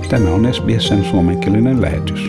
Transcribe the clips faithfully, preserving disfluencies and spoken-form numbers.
Tämä on S B S:n suomenkielinen lähetys.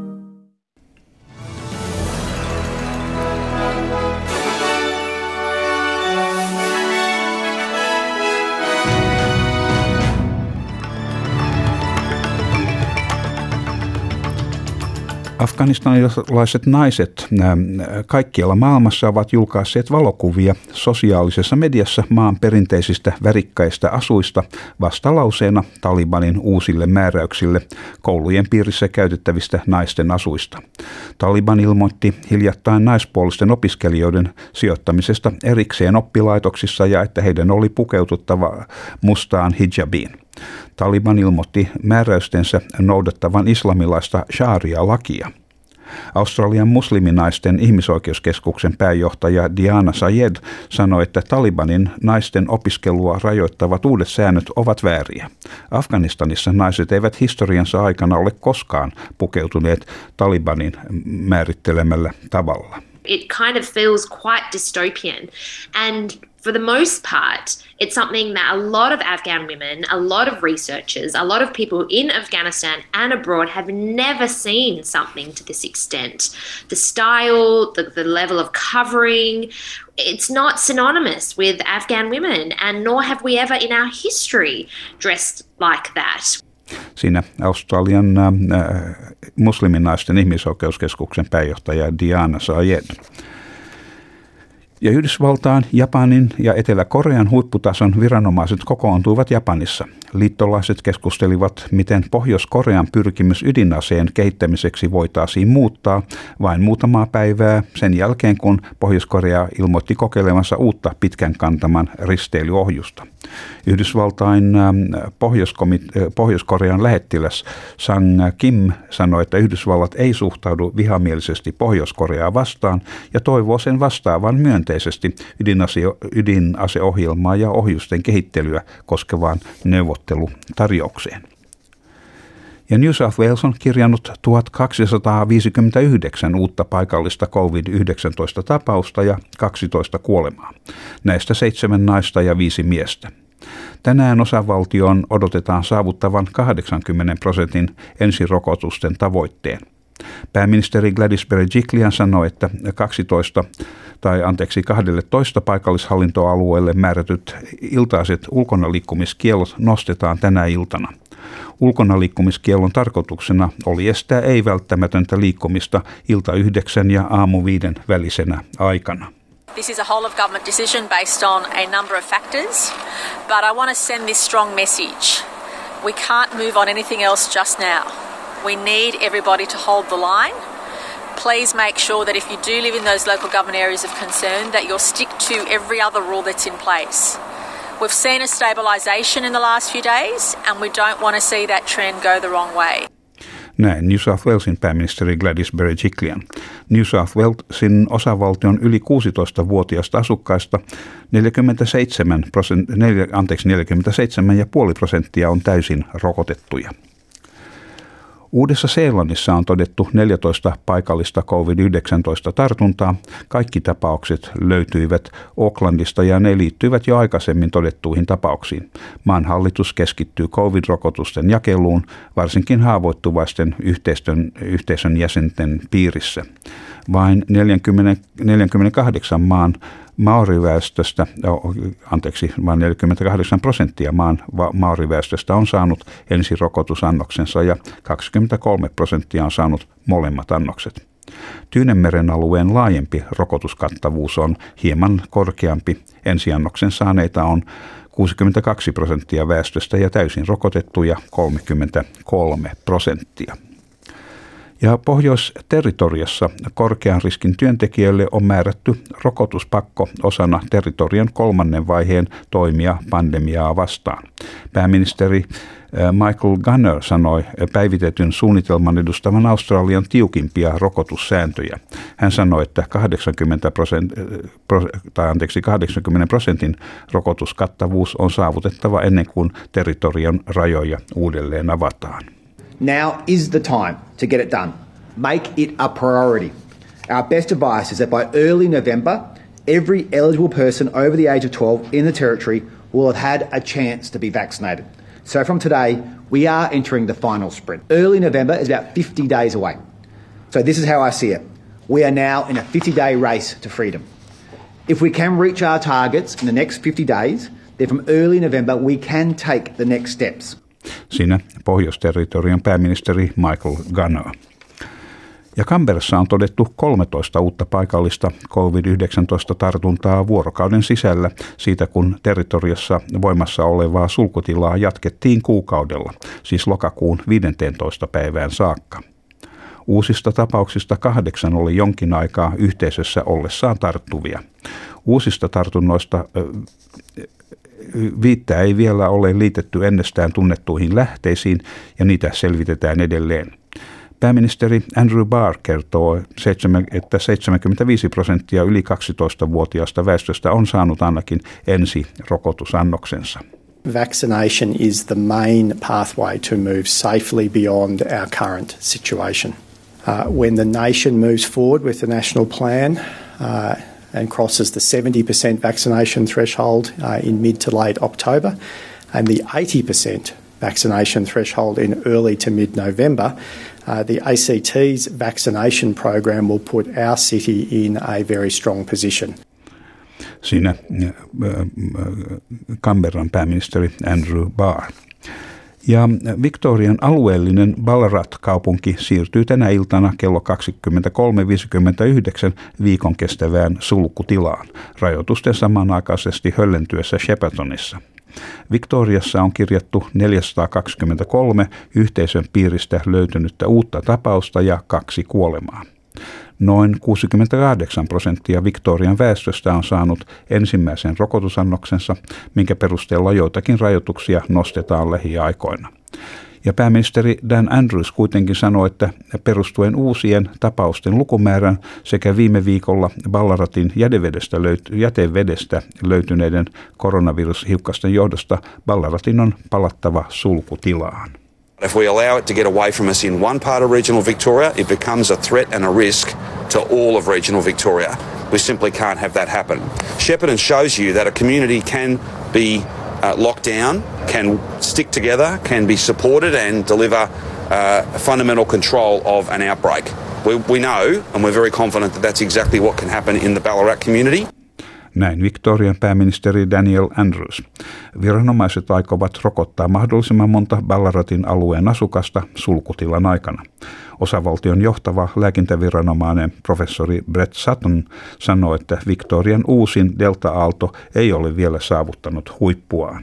Afganistanilaiset naiset kaikkialla maailmassa ovat julkaisseet valokuvia sosiaalisessa mediassa maan perinteisistä värikkäistä asuista vastalauseena Talibanin uusille määräyksille koulujen piirissä käytettävistä naisten asuista. Taliban ilmoitti hiljattain naispuolisten opiskelijoiden sijoittamisesta erikseen oppilaitoksissa ja että heidän oli pukeututtava mustaan hijabiin. Taliban ilmoitti määräystensä noudattavan islamilaista sharia-lakia. Australian musliminaisten ihmisoikeuskeskuksen pääjohtaja Diana Sayed sanoi, että Talibanin naisten opiskelua rajoittavat uudet säännöt ovat vääriä. Afganistanissa naiset eivät historiansa aikana ole koskaan pukeutuneet Talibanin määrittelemällä tavalla. It kind of feels quite dystopian, and for the most part, it's something that a lot of Afghan women, a lot of researchers, a lot of people in Afghanistan and abroad have never seen something to this extent. The style, the, the level of covering, it's not synonymous with Afghan women, and nor have we ever in our history dressed like that. Siinä Australian äh, musliminaisten ihmisoikeuskeskuksen pääjohtaja Diana Sayed. Ja Yhdysvaltain, Japanin ja Etelä-Korean huipputason viranomaiset kokoontuivat Japanissa. Liittolaiset keskustelivat, miten Pohjois-Korean pyrkimys ydinaseen kehittämiseksi voitaisiin muuttaa vain muutamaa päivää sen jälkeen, kun Pohjois-Korea ilmoitti kokeilemansa uutta pitkän kantaman risteilyohjusta. Yhdysvaltain Pohjois-Korean lähettiläs Sang Kim sanoi, että Yhdysvallat ei suhtaudu vihamielisesti Pohjois-Koreaa vastaan ja toivoo sen vastaavan myönteisesti ydinase, ydinaseohjelmaa ja ohjusten kehittelyä koskevaan neuvottelutarjoukseen. Ja New South Wales on kirjannut tuhatkaksisataaviisikymmentäyhdeksän uutta paikallista covid yhdeksäntoista tapausta ja kaksitoista kuolemaa. Näistä seitsemän naista ja viisi miestä. Tänään osavaltioon odotetaan saavuttavan kahdeksankymmentä prosentin ensirokotusten tavoitteen. Pääministeri Gladys Berejiklian sanoi, että kaksitoista tai anteeksi kaksitoista paikallishallintoalueelle määrätyt iltaiset ulkonaliikkumiskiellot nostetaan tänä iltana. Ulkonaliikkumiskiellon tarkoituksena oli estää ei-välttämätöntä liikkumista ilta yhdeksän ja aamu viiden välisenä aikana. This is a whole of government decision based on a number of factors, but I want to send this strong message. We can't move on anything else just now. We need everybody to hold the line. Please make sure that if you do live in those local government areas of concern, that you'll stick to every other rule that's in place. We've seen a stabilisation in the last few days, and we don't want to see that trend go the wrong way. Näin New South Walesin pääministeri Gladys Berejiklian. New South Walesin osavaltion yli kuusitoistavuotiaista asukkaista neljäkymmentäseitsemän prosenttia, anteeksi neljäkymmentäseitsemän pilkku viisi prosenttia on täysin rokotettuja. Uudessa-Seelannissa on todettu neljätoista paikallista covid yhdeksäntoista tartuntaa. Kaikki tapaukset löytyivät Aucklandista ja ne liittyivät jo aikaisemmin todettuihin tapauksiin. Maan hallitus keskittyy covid-rokotusten jakeluun, varsinkin haavoittuvaisten yhteisön, yhteisön jäsenten piirissä. Vain neljäkymmentäkahdeksan maan maoriväestöstä, anteeksi, vain neljäkymmentäkahdeksan prosenttia maan maoriväestöstä on saanut ensirokotusannoksensa ja kaksikymmentäkolme prosenttia on saanut molemmat annokset. Tyynenmeren alueen laajempi rokotuskattavuus on hieman korkeampi. Ensiannoksen saaneita on kuusikymmentäkaksi prosenttia väestöstä ja täysin rokotettuja kolmekymmentäkolme prosenttia. Ja Pohjois-Territoriassa korkean riskin työntekijöille on määrätty rokotuspakko osana territorian kolmannen vaiheen toimia pandemiaa vastaan. Pääministeri Michael Gunner sanoi päivitetyn suunnitelman edustavan Australian tiukimpia rokotussääntöjä. Hän sanoi, että kahdeksankymmentä prosentin rokotuskattavuus on saavutettava ennen kuin territorian rajoja uudelleen avataan. Now is the time to get it done. Make it a priority. Our best advice is that by early November, every eligible person over the age of twelve in the territory will have had a chance to be vaccinated. So from today, we are entering the final sprint. Early November is about fifty days away. So this is how I see it. We are now in a fifty-day race to freedom. If we can reach our targets in the next fifty days, then from early November we can take the next steps. Siinä Pohjois-territorion pääministeri Michael Gunner. Ja Canberrassa on todettu kolmetoista uutta paikallista covid yhdeksäntoista tartuntaa vuorokauden sisällä siitä, kun territoriossa voimassa olevaa sulkutilaa jatkettiin kuukaudella, siis lokakuun viidenteentoista päivään saakka. Uusista tapauksista kahdeksan oli jonkin aikaa yhteisössä ollessaan tarttuvia. Uusista tartunnoista viittä ei vielä ole liitetty ennestään tunnettuihin lähteisiin ja niitä selvitetään edelleen. Pääministeri Andrew Barr kertoo, että seitsemänkymmentäviisi prosenttia yli kaksitoistavuotiaasta väestöstä on saanut ainakin ensi rokotusannoksensa. Vaccination is the main pathway to move safely beyond our current situation. Uh, when the nation moves forward with the national plan uh, and crosses the seventy percent vaccination threshold uh, in mid to late October and the eighty percent vaccination threshold in early to mid-November, uh, the A C T's vaccination program will put our city in a very strong position. Siinä Canberran pääministeri Andrew Barr. Ja Victorian alueellinen Ballarat-kaupunki siirtyy tänä iltana kello kaksikymmentäkolme viisikymmentäyhdeksän viikon kestävään sulkutilaan, rajoitusten samanaikaisesti höllentyessä Sheppartonissa. Victoriassa on kirjattu neljäsataakaksikymmentäkolme yhteisön piiristä löytynyttä uutta tapausta ja kaksi kuolemaa. Noin kuusikymmentäkahdeksan prosenttia Victorian väestöstä on saanut ensimmäisen rokotusannoksensa, minkä perusteella joitakin rajoituksia nostetaan lähiaikoina. Ja pääministeri Dan Andrews kuitenkin sanoi, että perustuen uusien tapausten lukumäärän sekä viime viikolla Ballaratin jätevedestä, löyty- jätevedestä löytyneiden koronavirushiukkasten johdosta Ballaratin on palattava sulkutilaan. If we allow it to get away from us in one part of regional Victoria, it becomes a threat and a risk to all of regional Victoria. We simply can't have that happen. Shepparton shows you that a community can be uh, locked down, can stick together, can be supported and deliver uh, fundamental control of an outbreak. We, we know and we're very confident that that's exactly what can happen in the Ballarat community. Näin Victorian pääministeri Daniel Andrews. Viranomaiset aikovat rokottaa mahdollisimman monta Ballaratin alueen asukasta sulkutilan aikana. Osavaltion johtava lääkintäviranomainen professori Brett Sutton sanoi, että Victorian uusin delta-aalto ei ole vielä saavuttanut huippuaan.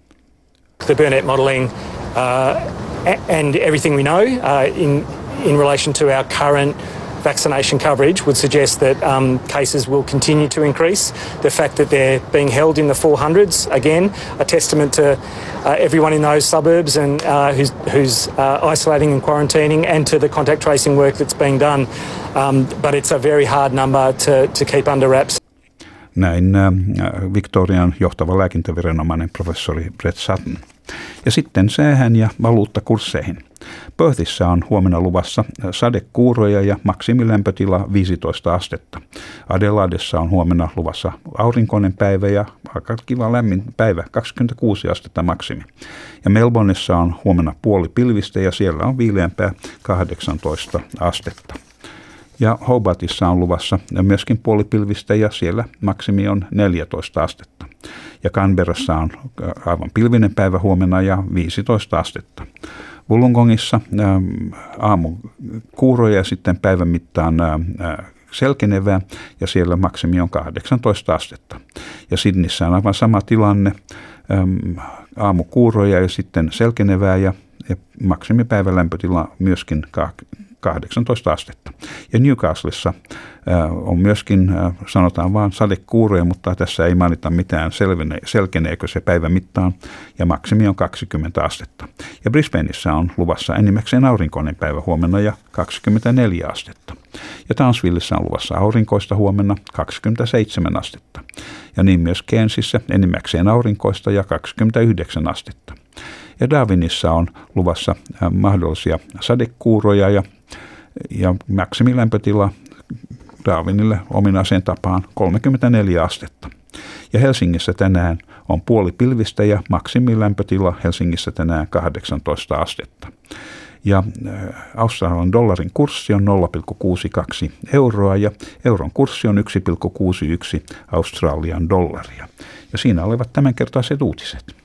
The Burnett modelling uh, and everything we know uh, in, in relation to our current vaccination coverage would suggest that um, cases will continue to increase. The fact that they're being held in the four hundreds, again, a testament to uh, everyone in those suburbs and uh, who's, who's uh, isolating and quarantining, and to the contact tracing work that's being done. Um, but it's a very hard number to, to keep under wraps. Näin äh, Victorian johtava lääkintäviranomainen professori Brett Sutton. Ja sitten säähän ja valuuttakursseihin. Perthissä on huomenna luvassa sadekuuroja ja maksimilämpötila viisitoista astetta. Adelaidessa on huomenna luvassa aurinkoinen päivä ja aika kiva lämmin päivä, kaksikymmentäkuusi astetta maksimi. Ja Melbourneissa on huomenna puoli pilvistä ja siellä on viileämpää kahdeksantoista astetta. Ja Hobartissa on luvassa myöskin puolipilvistä ja siellä maksimi on neljätoista astetta. Ja Canberrassa on aivan pilvinen päivä huomenna ja viisitoista astetta. Wollongongissa aamu kuuroja ja sitten päivän mittaan selkenevää ja siellä maksimi on kahdeksantoista astetta. Ja Sydneyssä on aivan sama tilanne, aamu kuuroja ja sitten selkenevää ja, ja maksimipäivän lämpötila myöskin kahdeksantoista astetta. Ja Newcastlessa äh, on myöskin, äh, sanotaan vaan sadekuuroja, mutta tässä ei mainita mitään selvene, selkeneekö se päivän mittaan, ja maksimi on kaksikymmentä astetta. Ja Brisbaneissa on luvassa enimmäkseen aurinkoinen päivä huomenna ja kaksikymmentäneljä astetta. Ja Townsvillessä on luvassa aurinkoista huomenna kaksikymmentäseitsemän astetta. Ja niin myös Cairnsissa enimmäkseen aurinkoista ja kaksikymmentäyhdeksän astetta. Ja Darwinissa on luvassa äh, mahdollisia sadekuuroja ja Ja maksimilämpötila Darwinille ominaiseen tapaan kolmekymmentäneljä astetta. Ja Helsingissä tänään On puolipilvistä ja maksimilämpötila Helsingissä tänään kahdeksantoista astetta. Ja Australian dollarin kurssi on nolla pilkku kuusikymmentäkaksi euroa ja euron kurssi on yksi pilkku kuusikymmentäyksi Australian dollaria. Ja siinä olivat tämänkertaiset uutiset.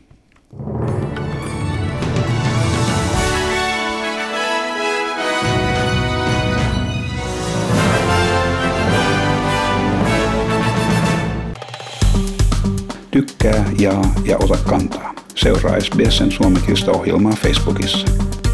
Tykkää, jaa ja ota kantaa. Seuraa S B S:n suomenkielistä ohjelmaa Facebookissa.